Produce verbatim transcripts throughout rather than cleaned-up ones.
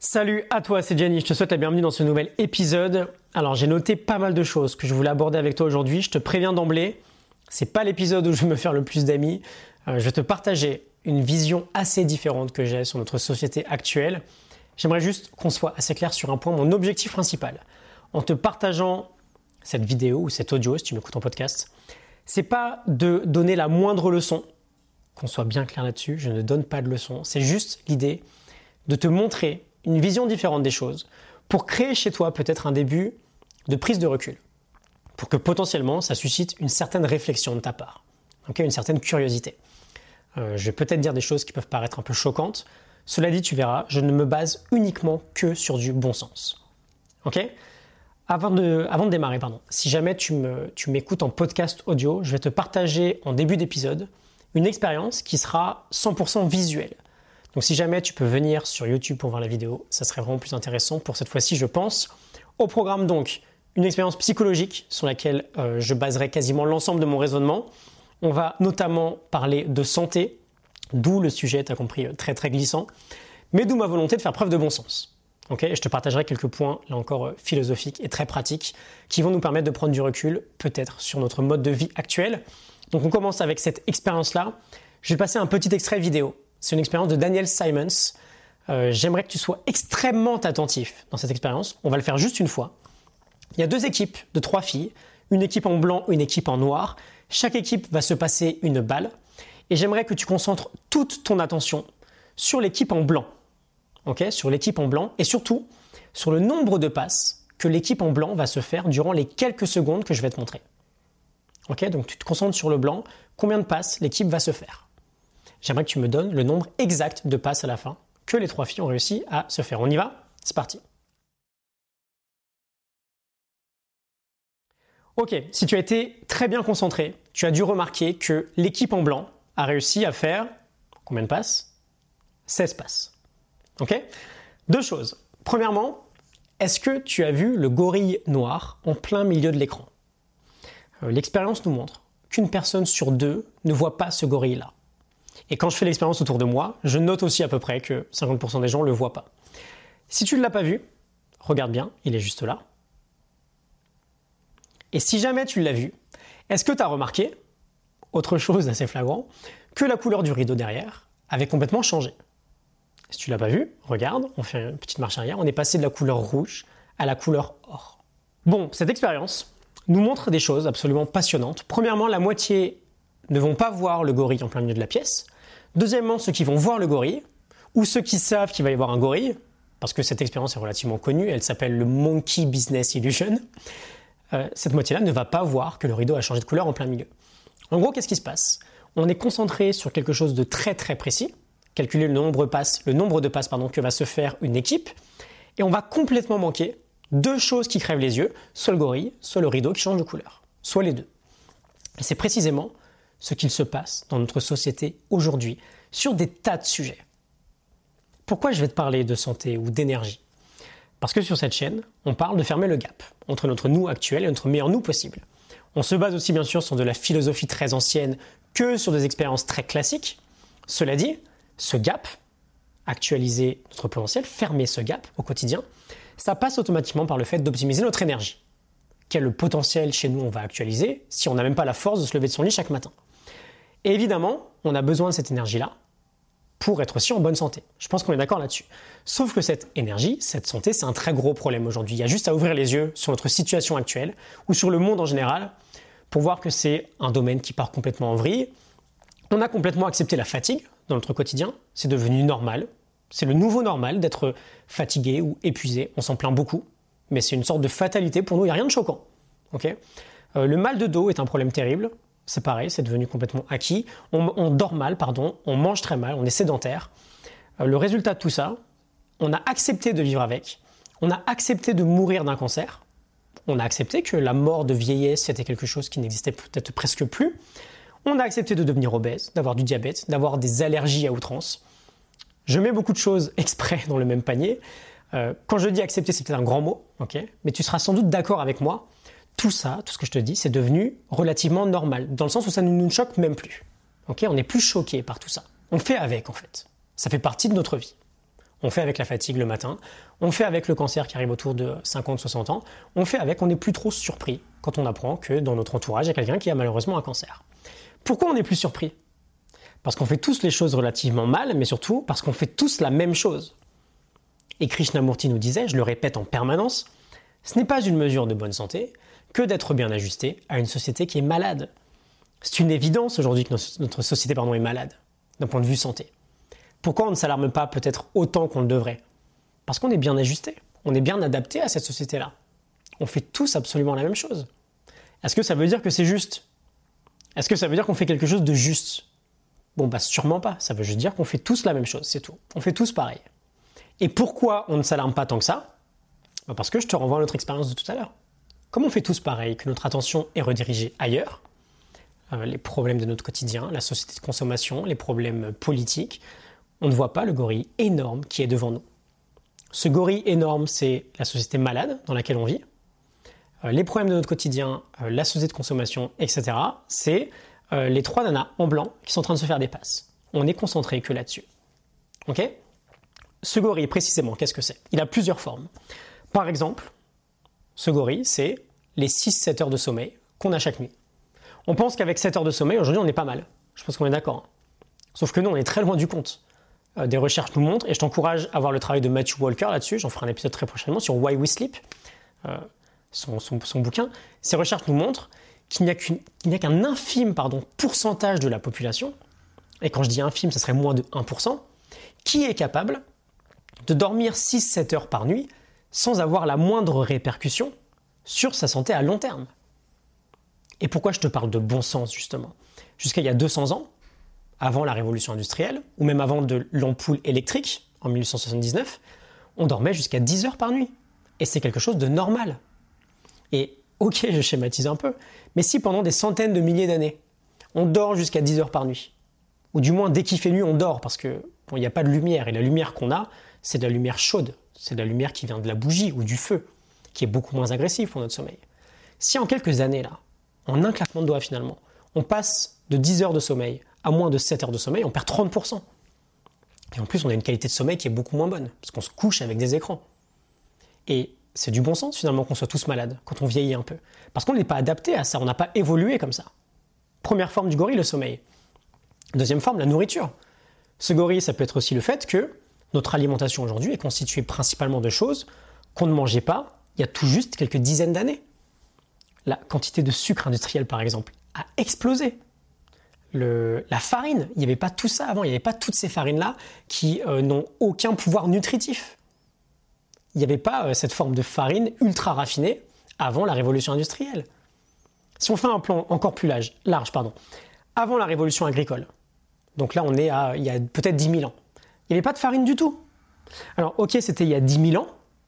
Salut à toi, c'est Gianni, je te souhaite la bienvenue dans ce nouvel épisode. Alors j'ai noté pas mal de choses que je voulais aborder avec toi aujourd'hui. Je te préviens d'emblée, c'est pas l'épisode où je vais me faire le plus d'amis. Euh, je vais te partager une vision assez différente que j'ai sur notre société actuelle. J'aimerais juste qu'on soit assez clair sur un point, mon objectif principal. En te partageant cette vidéo ou cet audio, si tu m'écoutes en podcast, c'est pas de donner la moindre leçon, qu'on soit bien clair là-dessus, je ne donne pas de leçon. C'est juste l'idée de te montrer une vision différente des choses pour créer chez toi peut-être un début de prise de recul, pour que potentiellement ça suscite une certaine réflexion de ta part, okay, une certaine curiosité. Euh, je vais peut-être dire des choses qui peuvent paraître un peu choquantes. Cela dit, tu verras, je ne me base uniquement que sur du bon sens. Okay ? Avant de, avant de démarrer, pardon, si jamais tu, me, tu m'écoutes en podcast audio, je vais te partager en début d'épisode une expérience qui sera cent pour cent visuelle. Donc si jamais tu peux venir sur YouTube pour voir la vidéo, ça serait vraiment plus intéressant pour cette fois-ci, je pense. Au programme donc, une expérience psychologique sur laquelle euh, je baserai quasiment l'ensemble de mon raisonnement. On va notamment parler de santé, d'où le sujet, tu as compris, très très glissant, mais d'où ma volonté de faire preuve de bon sens. Okay, et je te partagerai quelques points, là encore euh, philosophiques et très pratiques, qui vont nous permettre de prendre du recul, peut-être sur notre mode de vie actuel. Donc on commence avec cette expérience-là. Je vais passer un petit extrait vidéo. C'est une expérience de Daniel Simons. Euh, j'aimerais que tu sois extrêmement attentif dans cette expérience. On va le faire juste une fois. Il y a deux équipes de trois filles, une équipe en blanc, une équipe en noir. Chaque équipe va se passer une balle. Et j'aimerais que tu concentres toute ton attention sur l'équipe en blanc. Okay, sur l'équipe en blanc et surtout sur le nombre de passes que l'équipe en blanc va se faire durant les quelques secondes que je vais te montrer. Okay, donc tu te concentres sur le blanc. Combien de passes l'équipe va se faire ? J'aimerais que tu me donnes le nombre exact de passes à la fin que les trois filles ont réussi à se faire. On y va ? C'est parti. Ok, si tu as été très bien concentré, tu as dû remarquer que l'équipe en blanc a réussi à faire combien de passes ? seize passes. Ok ? Deux choses. Premièrement, est-ce que tu as vu le gorille noir en plein milieu de l'écran ? euh, L'expérience nous montre qu'une personne sur deux ne voit pas ce gorille-là. Et quand je fais l'expérience autour de moi, je note aussi à peu près que cinquante pour cent des gens ne le voient pas. Si tu ne l'as pas vu, regarde bien, il est juste là. Et si jamais tu l'as vu, est-ce que tu as remarqué, autre chose d'assez flagrant, que la couleur du rideau derrière avait complètement changé ? Si tu ne l'as pas vu, regarde, on fait une petite marche arrière, on est passé de la couleur rouge à la couleur or. Bon, cette expérience nous montre des choses absolument passionnantes. Premièrement, la moitié ne vont pas voir le gorille en plein milieu de la pièce. Deuxièmement, ceux qui vont voir le gorille, ou ceux qui savent qu'il va y avoir un gorille, parce que cette expérience est relativement connue, elle s'appelle le Monkey Business Illusion, euh, cette moitié-là ne va pas voir que le rideau a changé de couleur en plein milieu. En gros, qu'est-ce qui se passe ? On est concentré sur quelque chose de très très précis, calculer le nombre, passe, le nombre de passes pardon, que va se faire une équipe, et on va complètement manquer deux choses qui crèvent les yeux, soit le gorille, soit le rideau qui change de couleur, soit les deux. Et c'est précisément ce qu'il se passe dans notre société aujourd'hui, sur des tas de sujets. Pourquoi je vais te parler de santé ou d'énergie ? Parce que sur cette chaîne, on parle de fermer le gap entre notre nous actuel et notre meilleur nous possible. On se base aussi bien sûr sur de la philosophie très ancienne que sur des expériences très classiques. Cela dit, ce gap, actualiser notre potentiel, fermer ce gap au quotidien, ça passe automatiquement par le fait d'optimiser notre énergie. Quel potentiel chez nous on va actualiser si on n'a même pas la force de se lever de son lit chaque matin ? Et évidemment, on a besoin de cette énergie-là pour être aussi en bonne santé. Je pense qu'on est d'accord là-dessus. Sauf que cette énergie, cette santé, c'est un très gros problème aujourd'hui. Il y a juste à ouvrir les yeux sur notre situation actuelle ou sur le monde en général pour voir que c'est un domaine qui part complètement en vrille. On a complètement accepté la fatigue dans notre quotidien. C'est devenu normal. C'est le nouveau normal d'être fatigué ou épuisé. On s'en plaint beaucoup, mais c'est une sorte de fatalité pour nous. Il n'y a rien de choquant. Okay ? euh, le mal de dos est un problème terrible. C'est pareil, c'est devenu complètement acquis. On, on dort mal, pardon, on mange très mal, on est sédentaire. Euh, le résultat de tout ça, on a accepté de vivre avec. On a accepté de mourir d'un cancer. On a accepté que la mort de vieillesse, c'était quelque chose qui n'existait peut-être presque plus. On a accepté de devenir obèse, d'avoir du diabète, d'avoir des allergies à outrance. Je mets beaucoup de choses exprès dans le même panier. Euh, quand je dis accepter, c'est peut-être un grand mot, okay, mais tu seras sans doute d'accord avec moi. Tout ça, tout ce que je te dis, c'est devenu relativement normal, dans le sens où ça ne nous choque même plus. Okay, on n'est plus choqué par tout ça. On fait avec, en fait. Ça fait partie de notre vie. on fait avec la fatigue le matin, on fait avec le cancer qui arrive autour de cinquante à soixante ans, on fait avec, on n'est plus trop surpris quand on apprend que dans notre entourage, il y a quelqu'un qui a malheureusement un cancer. Pourquoi on n'est plus surpris? Parce qu'on fait tous les choses relativement mal, mais surtout parce qu'on fait tous la même chose. Et Krishnamurti nous disait, je le répète en permanence, ce n'est pas une mesure de bonne santé que d'être bien ajusté à une société qui est malade. C'est une évidence aujourd'hui que notre société pardon, est malade, d'un point de vue santé. Pourquoi on ne s'alarme pas peut-être autant qu'on le devrait? Parce qu'on est bien ajusté, on est bien adapté à cette société-là. On fait tous absolument la même chose. Est-ce que ça veut dire que c'est juste? Est-ce que ça veut dire qu'on fait quelque chose de juste? Bon, bah sûrement pas. Ça veut juste dire qu'on fait tous la même chose, c'est tout. On fait tous pareil. Et pourquoi on ne s'alarme pas tant que ça? Bah parce que je te renvoie à notre expérience de tout à l'heure. Comme on fait tous pareil, que notre attention est redirigée ailleurs, euh, les problèmes de notre quotidien, la société de consommation, les problèmes politiques, on ne voit pas le gorille énorme qui est devant nous. Ce gorille énorme, c'est la société malade dans laquelle on vit, euh, les problèmes de notre quotidien, euh, la société de consommation, et cetera. C'est euh, les trois nanas en blanc qui sont en train de se faire des passes. On est concentré que là-dessus. Ok? Ce gorille, précisément, qu'est-ce que c'est? Il a plusieurs formes. Par exemple, ce gorille, c'est les six à sept heures de sommeil qu'on a chaque nuit. On pense qu'avec sept heures de sommeil, aujourd'hui, on est pas mal. Je pense qu'on est d'accord. Sauf que nous, on est très loin du compte. Euh, des recherches nous montrent, et je t'encourage à voir le travail de Matthew Walker là-dessus, j'en ferai un épisode très prochainement sur Why We Sleep, euh, son, son, son bouquin. Ces recherches nous montrent qu'il n'y a, qu'une, qu'il n'y a qu'un infime pardon, pourcentage de la population, et quand je dis infime, ça serait moins de un pour cent, qui est capable de dormir six à sept heures par nuit sans avoir la moindre répercussion sur sa santé à long terme. Et pourquoi je te parle de bon sens, justement? Jusqu'à il y a deux cents ans, avant la révolution industrielle, ou même avant de l'ampoule électrique, en mille huit cent soixante-dix-neuf, on dormait jusqu'à dix heures par nuit. Et c'est quelque chose de normal. Et ok, je schématise un peu, mais si pendant des centaines de milliers d'années, on dort jusqu'à dix heures par nuit, ou du moins dès qu'il fait nuit, on dort, parce que bon, il n'y a pas de lumière, et la lumière qu'on a, c'est de la lumière chaude, c'est de la lumière qui vient de la bougie ou du feu, qui est beaucoup moins agressive pour notre sommeil. Si en quelques années, là, en un claquement de doigts finalement, on passe de dix heures de sommeil à moins de sept heures de sommeil, on perd trente pour cent. Et en plus, on a une qualité de sommeil qui est beaucoup moins bonne, parce qu'on se couche avec des écrans. Et c'est du bon sens finalement qu'on soit tous malades quand on vieillit un peu. Parce qu'on n'est pas adapté à ça, on n'a pas évolué comme ça. Première forme du gorille, le sommeil. Deuxième forme, la nourriture. Ce gorille, ça peut être aussi le fait que notre alimentation aujourd'hui est constituée principalement de choses qu'on ne mangeait pas il y a tout juste quelques dizaines d'années. La quantité de sucre industriel, par exemple, a explosé. Le, la farine, il n'y avait pas tout ça avant, il n'y avait pas toutes ces farines-là qui euh, n'ont aucun pouvoir nutritif. Il n'y avait pas euh, cette forme de farine ultra raffinée avant la révolution industrielle. Si on fait un plan encore plus large, large pardon, avant la révolution agricole, donc là on est à il y a peut-être dix mille ans, il n'y avait pas de farine du tout. Alors ok, c'était il y a dix mille ans,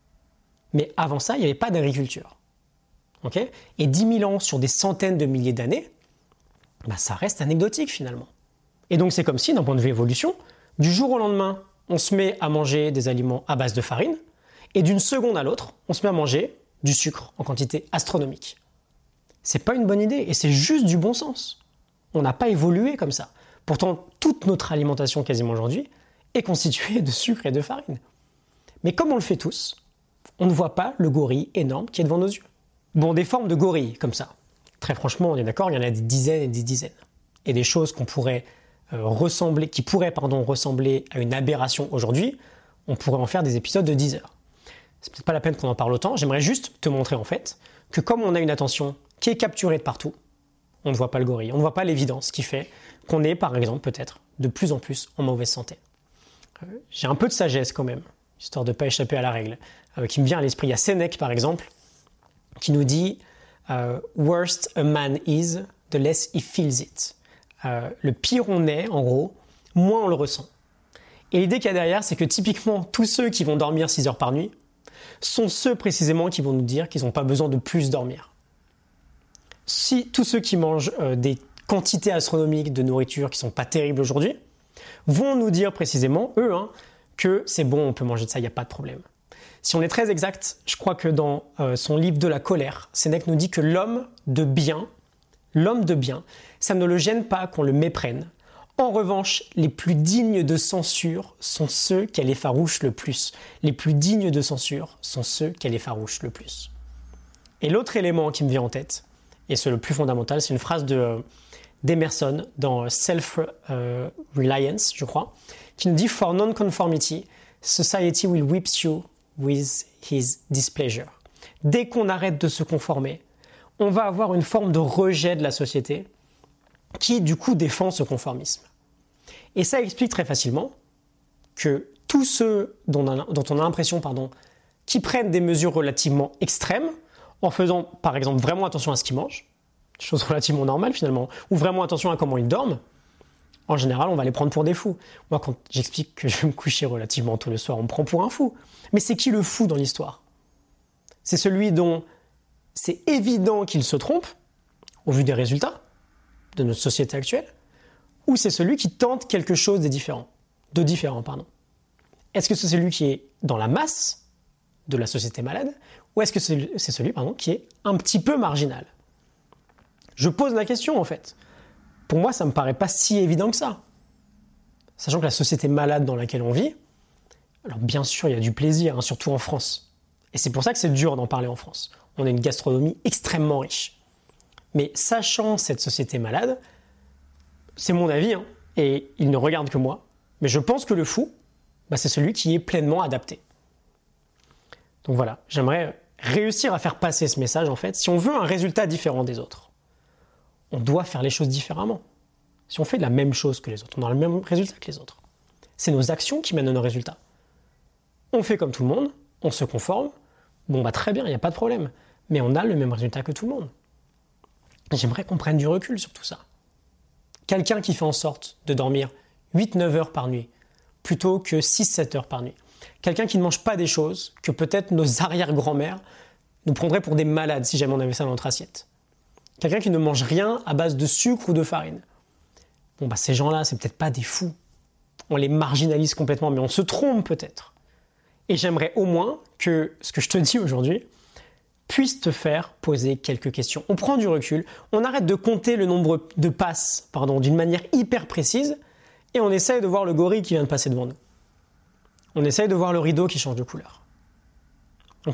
mais avant ça, il n'y avait pas d'agriculture. Okay, et dix mille ans sur des centaines de milliers d'années, bah, ça reste anecdotique finalement. Et donc c'est comme si, d'un point de vue évolution, du jour au lendemain, on se met à manger des aliments à base de farine, et d'une seconde à l'autre, on se met à manger du sucre en quantité astronomique. C'est pas une bonne idée, et c'est juste du bon sens. On n'a pas évolué comme ça. Pourtant, toute notre alimentation quasiment aujourd'hui est constituée de sucre et de farine. Mais comme on le fait tous, on ne voit pas le gorille énorme qui est devant nos yeux. Bon, des formes de gorilles comme ça. Très franchement, on est d'accord, il y en a des dizaines et des dizaines. Et des choses qu'on pourrait euh, ressembler, qui pourraient pardon, ressembler à une aberration aujourd'hui, on pourrait en faire des épisodes de dix heures. C'est peut-être pas la peine qu'on en parle autant, j'aimerais juste te montrer en fait que comme on a une attention qui est capturée de partout, on ne voit pas le gorille, on ne voit pas l'évidence qui fait qu'on est par exemple peut-être de plus en plus en mauvaise santé. Euh, j'ai un peu de sagesse quand même, histoire de ne pas échapper à la règle, euh, qui me vient à l'esprit. Il y a Sénèque par exemple, qui nous dit uh, « Worst a man is, the less he feels it euh, ». Le pire on est, en gros, moins on le ressent. Et l'idée qu'il y a derrière, c'est que typiquement, tous ceux qui vont dormir six heures par nuit sont ceux précisément qui vont nous dire qu'ils n'ont pas besoin de plus dormir. Si tous ceux qui mangent euh, des quantités astronomiques de nourriture qui ne sont pas terribles aujourd'hui vont nous dire précisément, eux, hein, que c'est bon, on peut manger de ça, il n'y a pas de problème. Si on est très exact, je crois que dans euh, son livre de la colère, Sénèque nous dit que l'homme de bien, l'homme de bien, ça ne le gêne pas qu'on le méprenne, En revanche, les plus dignes de censure sont ceux qu'elle effarouche le plus. Les plus dignes de censure sont ceux qu'elle effarouche le plus. Et l'autre élément qui me vient en tête, et c'est le plus fondamental, c'est une phrase de, euh, d'Emerson dans Self-Reliance, euh, je crois, qui nous dit « For non-conformity, society will whip you with his displeasure ». Dès qu'on arrête de se conformer, on va avoir une forme de rejet de la société qui, du coup, défend ce conformisme. Et ça explique très facilement que tous ceux dont on a, dont on a l'impression pardon, qui prennent des mesures relativement extrêmes, en faisant, par exemple, vraiment attention à ce qu'ils mangent, chose relativement normale finalement, ou vraiment attention à comment ils dorment, en général, on va les prendre pour des fous. Moi, quand j'explique que je vais me coucher relativement tôt le soir, on me prend pour un fou. Mais c'est qui le fou dans l'histoire ? C'est celui dont c'est évident qu'il se trompe, au vu des résultats de notre société actuelle, ou c'est celui qui tente quelque chose de différent, de différent, pardon. Est-ce que c'est celui qui est dans la masse de la société malade, ou est-ce que c'est celui pardon, qui est un petit peu marginal ? Je pose la question en fait. Pour moi, ça ne me paraît pas si évident que ça. Sachant que la société malade dans laquelle on vit, alors bien sûr, il y a du plaisir, hein, surtout en France. Et c'est pour ça que c'est dur d'en parler en France. On a une gastronomie extrêmement riche. Mais sachant cette société malade, c'est mon avis, hein, et il ne regarde que moi, mais je pense que le fou, bah, c'est celui qui est pleinement adapté. Donc voilà, j'aimerais réussir à faire passer ce message en fait. Si on veut un résultat différent des autres, on doit faire les choses différemment. Si on fait la même chose que les autres, on aura le même résultat que les autres. C'est nos actions qui mènent à nos résultats. On fait comme tout le monde, on se conforme, bon bah très bien, il n'y a pas de problème, mais on a le même résultat que tout le monde. J'aimerais qu'on prenne du recul sur tout ça. Quelqu'un qui fait en sorte de dormir huit neuf heures par nuit, plutôt que six sept heures par nuit. Quelqu'un qui ne mange pas des choses que peut-être nos arrière-grand-mères nous prendraient pour des malades si jamais on avait ça dans notre assiette. Quelqu'un qui ne mange rien à base de sucre ou de farine. Bon bah ces gens-là, c'est peut-être pas des fous. On les marginalise complètement, mais on se trompe peut-être. Et j'aimerais au moins que ce que je te dis aujourd'hui puisse te faire poser quelques questions. On prend du recul, on arrête de compter le nombre de passes pardon, d'une manière hyper précise et on essaye de voir le gorille qui vient de passer devant nous. On essaye de voir le rideau qui change de couleur. Ok ?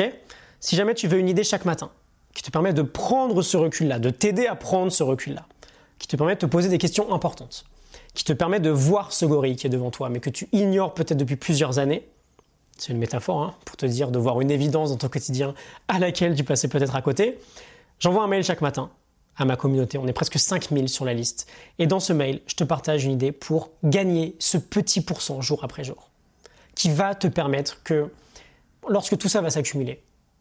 Si jamais tu veux une idée chaque matin qui te permet de prendre ce recul-là, de t'aider à prendre ce recul-là, qui te permet de te poser des questions importantes, qui te permet de voir ce gorille qui est devant toi, mais que tu ignores peut-être depuis plusieurs années, c'est une métaphore hein, pour te dire de voir une évidence dans ton quotidien à laquelle tu passais peut-être à côté. J'envoie un mail chaque matin à ma communauté. On est presque cinq mille sur la liste. Et dans ce mail, je te partage une idée pour gagner ce petit pourcent jour après jour qui va te permettre que lorsque tout ça va s'accumuler,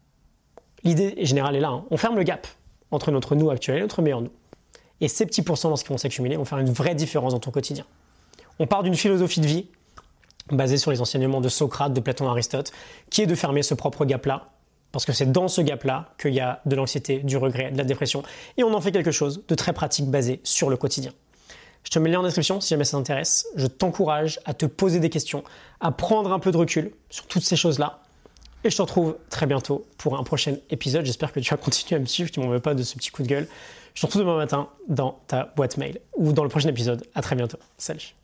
l'idée générale est là. Hein, on ferme le gap entre notre nous actuel et notre meilleur nous. Et ces petits pourcents, lorsqu'ils vont s'accumuler, vont faire une vraie différence dans ton quotidien. On part d'une philosophie de vie basé sur les enseignements de Socrate, de Platon, Aristote, qui est de fermer ce propre gap-là, parce que c'est dans ce gap-là qu'il y a de l'anxiété, du regret, de la dépression, et on en fait quelque chose de très pratique basé sur le quotidien. Je te mets le lien en description si jamais ça t'intéresse. Je t'encourage à te poser des questions, à prendre un peu de recul sur toutes ces choses-là, et je te retrouve très bientôt pour un prochain épisode. J'espère que tu vas continuer à me suivre, tu ne m'en veux pas de ce petit coup de gueule. Je te retrouve demain matin dans ta boîte mail, ou dans le prochain épisode. À très bientôt. Salut.